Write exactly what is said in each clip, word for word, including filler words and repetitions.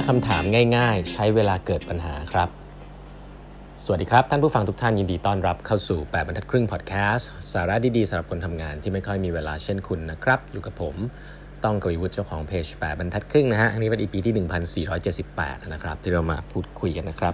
คำถามง่ายๆใช้เวลาเกิดปัญหาครับสวัสดีครับท่านผู้ฟังทุกท่านยินดีต้อนรับเข้าสู่แปดบรรทัดครึ่งพอดแคสต์สาระดีๆสำหรับคนทำงานที่ไม่ค่อยมีเวลาเช่นคุณนะครับอยู่กับผมต้องกวีวุฒิเจ้าของเพจแปดบรรทัดครึ่งนะฮะอันนี้เป็น อี พี ที่ หนึ่งพันสี่ร้อยเจ็ดสิบแปด นะครับที่เรามาพูดคุยกันนะครับ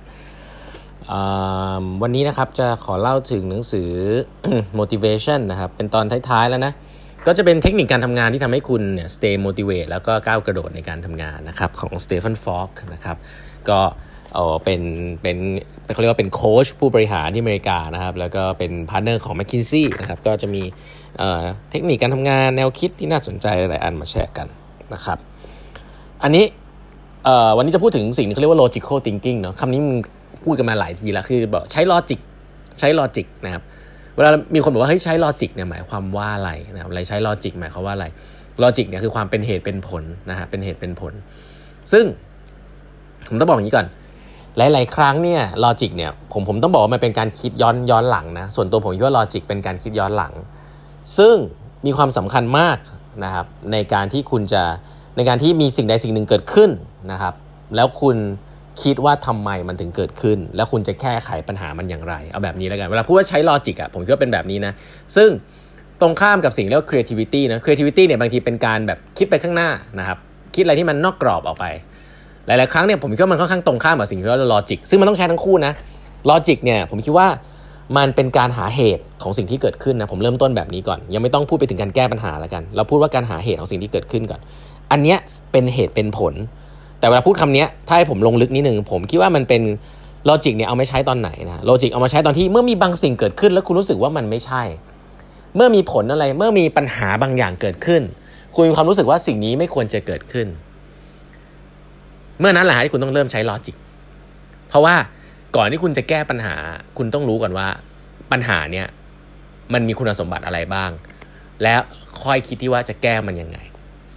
วันนี้นะครับจะขอเล่าถึงหนังสือ motivation นะครับเป็นตอนท้ายๆแล้วนะก็จะเป็นเทคนิคการทำงานที่ทำให้คุณเนี่ย stay motivate แล้วก็ก้าวกระโดดในการทำงานนะครับของ Stephen Fogg นะครับก็เออเป็นเป็นเขาเรียกว่าเป็นโค้ชผู้บริหารที่อเมริกานะครับแล้วก็เป็นพาร์ทเนอร์ของ McKinsey นะครับก็จะมีเอ่อเทคนิคการทำงานแนวคิดที่น่าสนใจหลายอันมาแชร์กันนะครับอันนี้เอ่อวันนี้จะพูดถึงสิ่งที่เขาเรียกว่า logical thinking เนาะคำนี้มึงพูดกันมาหลายทีแล้วคือบอกใช้ logic ใช้ logic นะครับเวลามีคนบอกว่าเฮ้ยใช้ logic เนี่ยหมายความว่าอะไรนะครับอะไรใช้ logic หมายความว่าอะไร logic เนี่ยคือความเป็นเหตุเป็นผลนะฮะเป็นเหตุเป็นผลซึ่งผมต้องบอกอย่างนี้ก่อนหลายๆครั้งเนี่ย logic เนี่ยผมผมต้องบอกว่ามันเป็นการคิดย้อนย้อนหลังนะส่วนตัวผมคิดว่า logic เป็นการคิดย้อนหลังซึ่งมีความสำคัญมากนะครับในการที่คุณจะในการที่มีสิ่งใดสิ่งหนึ่งเกิดขึ้นนะครับแล้วคุณคิดว่าทำไมมันถึงเกิดขึ้นแล้วคุณจะแก้ไขปัญหามันอย่างไรเอาแบบนี้แล้วกันเวลาพูดว่าใช้ logic อ่ะผมคิดว่าเป็นแบบนี้นะซึ่งตรงข้ามกับสิ่งเรียกว่า creativity นะ creativity เนี่ยบางทีเป็นการแบบคิดไปข้างหน้านะครับคิดอะไรที่มันนอกกรอบออกไปหลายๆครั้งเนี่ยผมคิดว่ามันค่อนข้างตรงข้ามกับสิ่งที่เรียกว่า logic ซึ่งมันต้องใช้ทั้งคู่นะ logic เนี่ยผมคิดว่ามันเป็นการหาเหตุของสิ่งที่เกิดขึ้นนะผมเริ่มต้นแบบนี้ก่อนยังไม่ต้องพูดไปถึงการแก้ปัญหาแล้วกันเราพูดว่าการหาเหตุของสิ่งที่เกิดขึ้นก่อนอันเนี้ยเป็นเหตุเป็นผลแต่เวลาพูดคำนี้ถ้าให้ผมลงลึกนิดนึงผมคิดว่ามันเป็นลอจิกเนี่ยเอาไม่ใช้ตอนไหนนะลอจิกเอามาใช้ตอนที่เมื่อมีบางสิ่งเกิดขึ้นแล้วคุณรู้สึกว่ามันไม่ใช่เมื่อมีผลอะไรเมื่อมีปัญหาบางอย่างเกิดขึ้นคุณมีความรู้สึกว่าสิ่งนี้ไม่ควรจะเกิดขึ้นเมื่อนั้นแหละที่คุณต้องเริ่มใช้ลอจิกเพราะว่าก่อนที่คุณจะแก้ปัญหาคุณต้องรู้ก่อนว่าปัญหาเนี่ยมันมีคุณสมบัติอะไรบ้างแล้วค่อยคิดที่ว่าจะแก้มันยังไง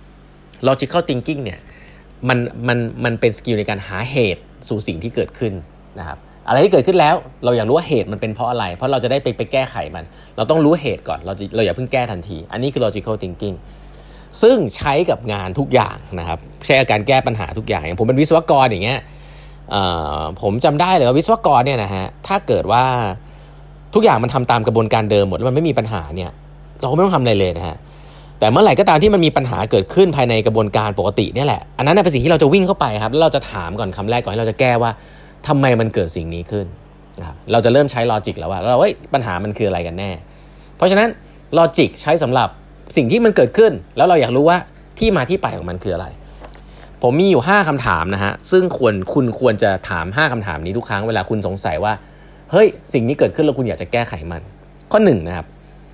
logical thinking เนี่ยมันมันมันเป็นสกิลในการหาเหตุสู่สิ่งที่เกิดขึ้นนะครับอะไรที่เกิดขึ้นแล้วเราอยากรู้ว่าเหตุมันเป็นเพราะอะไรเพราะเราจะได้ไปไปแก้ไขมันเราต้องรู้เหตุก่อนเราเราอย่าเพิ่งแก้ทันทีอันนี้คือ logical thinking ซึ่งใช้กับงานทุกอย่างนะครับใช้กับการแก้ปัญหาทุกอย่างอย่างผมเป็นวิศวกรอย่างเงี้ยผมจำได้เลยว่าวิศวกรเนี่ยนะฮะถ้าเกิดว่าทุกอย่างมันทำตามกระบวนการเดิมหมดแล้วมันไม่มีปัญหาเนี่ยเราไม่ต้องทำอะไรเลยนะฮะแต่เมื่อไหร่ก็ตามที่มันมีปัญหาเกิดขึ้นภายในกระบวนการปกติเนี่ยแหละอันนั้นเป็นสิ่งที่เราจะวิ่งเข้าไปครับแล้วเราจะถามก่อนคำแรกก่อนที่เราจะแก้ว่าทำไมมันเกิดสิ่งนี้ขึ้นนะครับเราจะเริ่มใช้ลอจิกแล้วว่าเราเฮ้ยปัญหามันคืออะไรกันแน่เพราะฉะนั้นลอจิกใช้สำหรับสิ่งที่มันเกิดขึ้นแล้วเราอยากรู้ว่าที่มาที่ไปของมันคืออะไรผมมีอยู่ห้าคำถามนะฮะซึ่งควรคุณควรจะถามห้าคำถามนี้ทุกครั้งเวลาคุณสงสัยว่าเฮ้ยสิ่งนี้เกิดขึ้นแล้วคุณอยากจะแก้ไขมันข้อหนึ่งนะครับ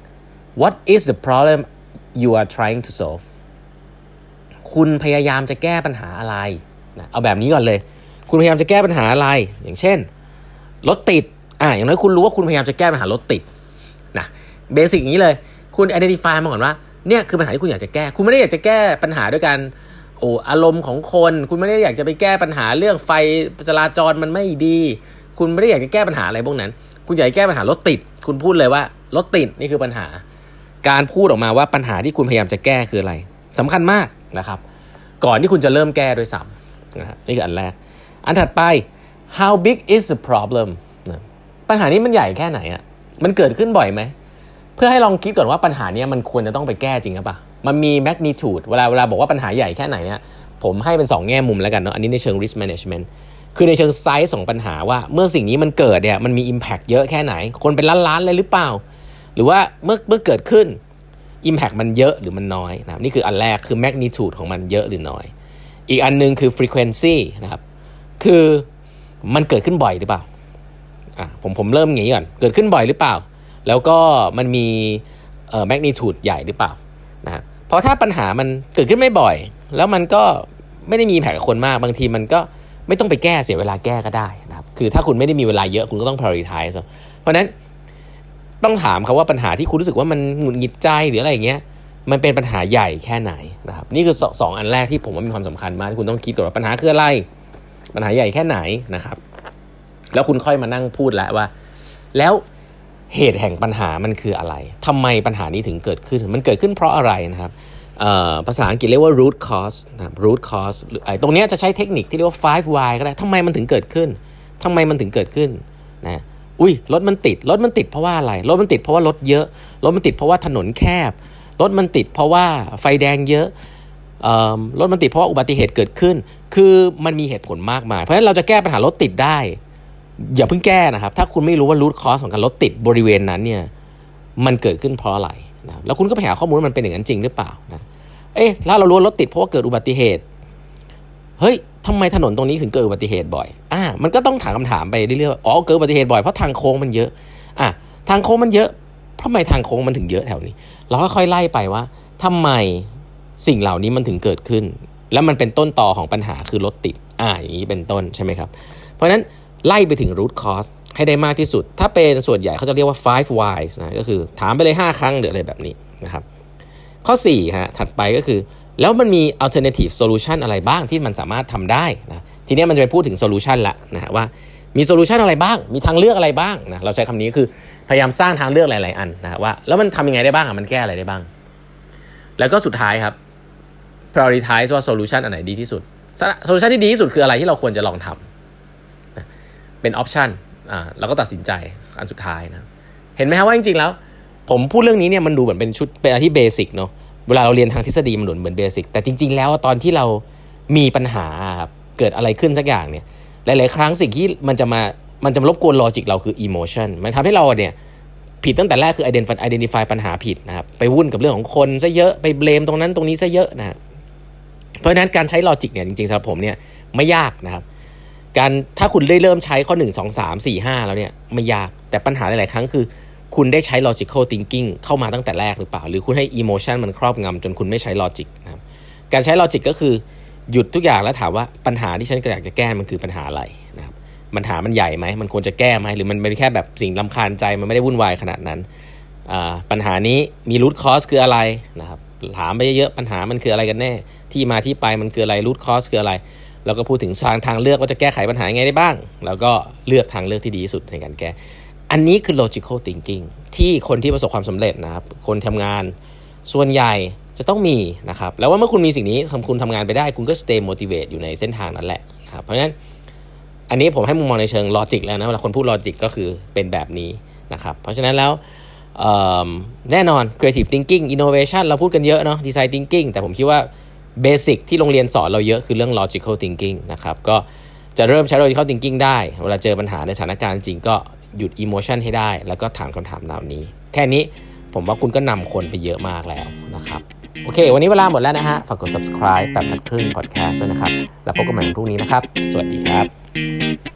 What is the problem you are trying to solve คุณพยายามจะแก้ปัญหาอะไรนะเอาแบบนี้ก่อนเลยคุณพยายามจะแก้ปัญหาอะไรอย่างเช่นรถติดอ่ะอย่างน้อยคุณรู้ว่าคุณพยายามจะแก้ปัญหารถติดนะเบสิกอย่างนี้เลยคุณ identify มาก่อนว่าเนี่ยคือปัญหาที่คุณอยากจะแก้คุณไม่ได้อยากจะแก้ปัญหาด้วยการโอ้อารมณ์ของคนคุณไม่ได้อยากจะไปแก้ปัญหาเรื่องไฟจราจรมันไม่ดีคุณไม่ได้อยากจะแก้ปัญหาอะไรพวกนั้นคุณอยากจะแก้ปัญหารถติดคุณพูดเลยว่ารถติดนี่คือปัญหาการพูดออกมาว่าปัญหาที่คุณพยายามจะแก้คืออะไรสำคัญมากนะครับก่อนที่คุณจะเริ่มแก้ด้วยซ้ำนะฮะนี่คืออันแรกอันถัดไป how big is the problem นะปัญหานี้มันใหญ่แค่ไหนอ่ะมันเกิดขึ้นบ่อยไหมเพื่อให้ลองคิดก่อนว่าปัญหานี้มันควรจะต้องไปแก้จริงหรือเปล่ามันมี magnitude เวลาเวลาบอกว่าปัญหาใหญ่แค่ไหนเนี่ยผมให้เป็นสองแง่มุมแล้วกันเนาะอันนี้ในเชิง risk management คือในเชิงไซส์ของปัญหาว่าเมื่อสิ่งนี้มันเกิดเนี่ยมันมี impact เยอะแค่ไหนคนเป็นล้านๆเลยหรือเปล่าหรือว่าเมื่อเมื่อเกิดขึ้น impact มันเยอะหรือมันน้อยนะครับนี่คืออันแรกคือ magnitude ของมันเยอะหรือน้อยอีกอันนึงคือ frequency นะครับคือมันเกิดขึ้นบ่อยหรือเปล่าอ่ะผมผมเริ่มอย่างนี้ก่อนเกิดขึ้นบ่อยหรือเปล่าแล้วก็มันมีเอ่อ magnitude ใหญ่หรือเปล่านะฮะเพราะถ้าปัญหามันเกิดขึ้นไม่บ่อยแล้วมันก็ไม่ได้มี impact กับคนมากบางทีมันก็ไม่ต้องไปแก้เสียเวลาแก้ก็ได้นะครับคือถ้าคุณไม่ได้มีเวลาเยอะคุณก็ต้อง prioritize เพราะฉะนั้นต้องถามเขาว่าปัญหาที่คุณรู้สึกว่ามันหงุดหงิดใจหรืออะไรอย่างเงี้ยมันเป็นปัญหาใหญ่แค่ไหนนะครับนี่คือสองอันแรกที่ผมว่ามีความสำคัญมากที่คุณต้องคิดก่อนว่าปัญหาคืออะไรปัญหาใหญ่แค่ไหนนะครับแล้วคุณค่อยมานั่งพูดแล้วว่าแล้วเหตุแห่งปัญหามันคืออะไรทำไมปัญหานี้ถึงเกิดขึ้นมันเกิดขึ้นเพราะอะไรนะครับภาษาอังกฤษเรียกว่า root cause นะ root cause ไอ้ตรงนี้จะใช้เทคนิคที่เรียกว่า five why ก็ได้ทำไมมันถึงเกิดขึ้นทำไมมันถึงเกิดขึ้นนะอุ้ยรถมันติดรถมันติดเพราะว่าอะไรรถมันติดเพราะว่ารถเยอะรถมันติดเพราะว่าถนนแคบรถมันติดเพราะว่าไฟแดงเยอะรถมันติดเพราะว่าอุบัติเหตุเกิดขึ้นคือมันมีเหตุผลมากมายเพราะฉะนั้นเราจะแก้ปัญหารถติดได้อย่าเพิ่งแก้นะครับถ้าคุณไม่รู้ว่า root cause ของการรถติดบริเวณนั้นเนี่ยมันเกิดขึ้นเพราะอะไรนะแล้วคุณก็ไปหาข้อมูลมันเป็นอย่างนั้นจริงหรือเปล่านะเอ๊ะถ้าเรารู้รถติดเพราะว่าเกิดอุบัติเหตุเฮ้ยทำไมถนนตรงนี้ถึงเกิดอุบัติเหตุบ่อยอ่ามันก็ต้องถามคำถามไปเรื่อยๆอ๋อเกิดอุบัติเหตุบ่อยเพราะทางโค้งมันเยอะอ่ะทางโค้งมันเยอะเพราะทำไมทางโค้งมันถึงเยอะแถวนี้เราก็ค่อยไล่ไปว่าทำไมสิ่งเหล่านี้มันถึงเกิดขึ้นแล้วมันเป็นต้นตอของปัญหาคือรถติดอ่าอย่างนี้เป็นต้นใช่ไหมครับเพราะฉะนั้นไล่ไปถึง root cause ให้ได้มากที่สุดถ้าเป็นส่วนใหญ่เขาจะเรียกว่า five whys นะก็คือถามไปเลยห้าครั้งหรืออะไรแบบนี้นะครับข้อสี่ฮะถัดไปก็คือแล้วมันมี alternative solution อะไรบ้างที่มันสามารถทำได้นะทีนี้มันจะไปพูดถึง solution ละนะฮะว่ามี solution อะไรบ้างมีทางเลือกอะไรบ้างนะเราใช้คำนี้คือพยายามสร้างทางเลือกหลายๆอันนะว่าแล้วมันทำยังไงได้บ้างอ่ะมันแก้อะไรได้บ้างแล้วก็สุดท้ายครับ prioritize ว่า solution อันไหนดีที่สุด solution ที่ดีที่สุดคืออะไรที่เราควรจะลองทำนะเป็น option อ่าเราก็ตัดสินใจอันสุดท้ายนะเห็นไหมครับว่าจริงๆแล้วผมพูดเรื่องนี้เนี่ยมันดูเหมือนเป็นชุดเป็นอะไรที่เบสิกเนาะเวลาเราเรียนทางทฤษฎีมันเหมือนเบสิกแต่จริงๆแล้วตอนที่เรามีปัญหาครับเกิดอะไรขึ้นสักอย่างเนี่ยหลายๆครั้งสิ่งที่มันจะมามันจะมารบกวนลอจิกเราคือ emotion มันทำให้เราเนี่ยผิดตั้งแต่แรกคือ identify identify ปัญหาผิดนะครับไปวุ่นกับเรื่องของคนซะเยอะไปเบลมตรงนั้นตรงนี้ซะเยอะนะเพราะฉะนั้นการใช้ลอจิกเนี่ยจริงๆสำหรับผมเนี่ยไม่ยากนะครับการถ้าคุณได้เริ่มใช้ข้อหนึ่ง สอง สาม สี่ ห้าแล้วเนี่ยไม่ยากแต่ปัญหาหลายๆครั้งคือคุณได้ใช้ logical thinking เข้ามาตั้งแต่แรกหรือเปล่าหรือคุณให้ emotion มันครอบงำจนคุณไม่ใช้ logic นะครับการใช้ logic ก็คือหยุดทุกอย่างแล้วถามว่าปัญหาที่ฉันอยากจะแก้มันคือปัญหาอะไรนะครับปัญหามันใหญ่ไหมมันควรจะแก้ไหมหรือมันเป็นแค่แบบสิ่งรำคาญใจมันไม่ได้วุ่นวายขนาดนั้นปัญหานี้มี root cause คืออะไรนะครับถามไปเยอะๆปัญหามันคืออะไรกันแน่ที่มาที่ไปมันคืออะไร root cause คืออะไรแล้วก็พูดถึงทางทางเลือกว่าจะแก้ไขปัญหายังไงได้บ้างแล้วก็เลือกทางเลือกที่ดีที่สุดในการแก้อันนี้คือ logical thinking ที่คนที่ประสบความสำเร็จนะครับคนทำงานส่วนใหญ่จะต้องมีนะครับแล้วว่าเมื่อคุณมีสิ่งนี้ทำคุณทำงานไปได้คุณก็ stay motivate อยู่ในเส้นทางนั้นแหละนะครับเพราะฉะนั้นอันนี้ผมให้มุมมองในเชิง logic แล้วนะเวลาคนพูด logic ก็คือเป็นแบบนี้นะครับเพราะฉะนั้นแล้วแน่นอน creative thinking innovation เราพูดกันเยอะเนาะ design thinking แต่ผมคิดว่าเบสิกที่โรงเรียนสอนเราเยอะคือเรื่อง logical thinking นะครับก็จะเริ่มใช้ logical thinking ได้เวลาเจอปัญหาในสถานการณ์จริงก็หยุด emotion ให้ได้แล้วก็ถามคำถามเหล่านี้แค่นี้ผมว่าคุณก็นำคนไปเยอะมากแล้วนะครับโอเควันนี้เวลาหมดแล้วนะฮะฝากกด subscribe แบบนัดครึ่ง podcast ด้วยนะครับแล้วพบกันใหม่พรุ่งนี้นะครับสวัสดีครับ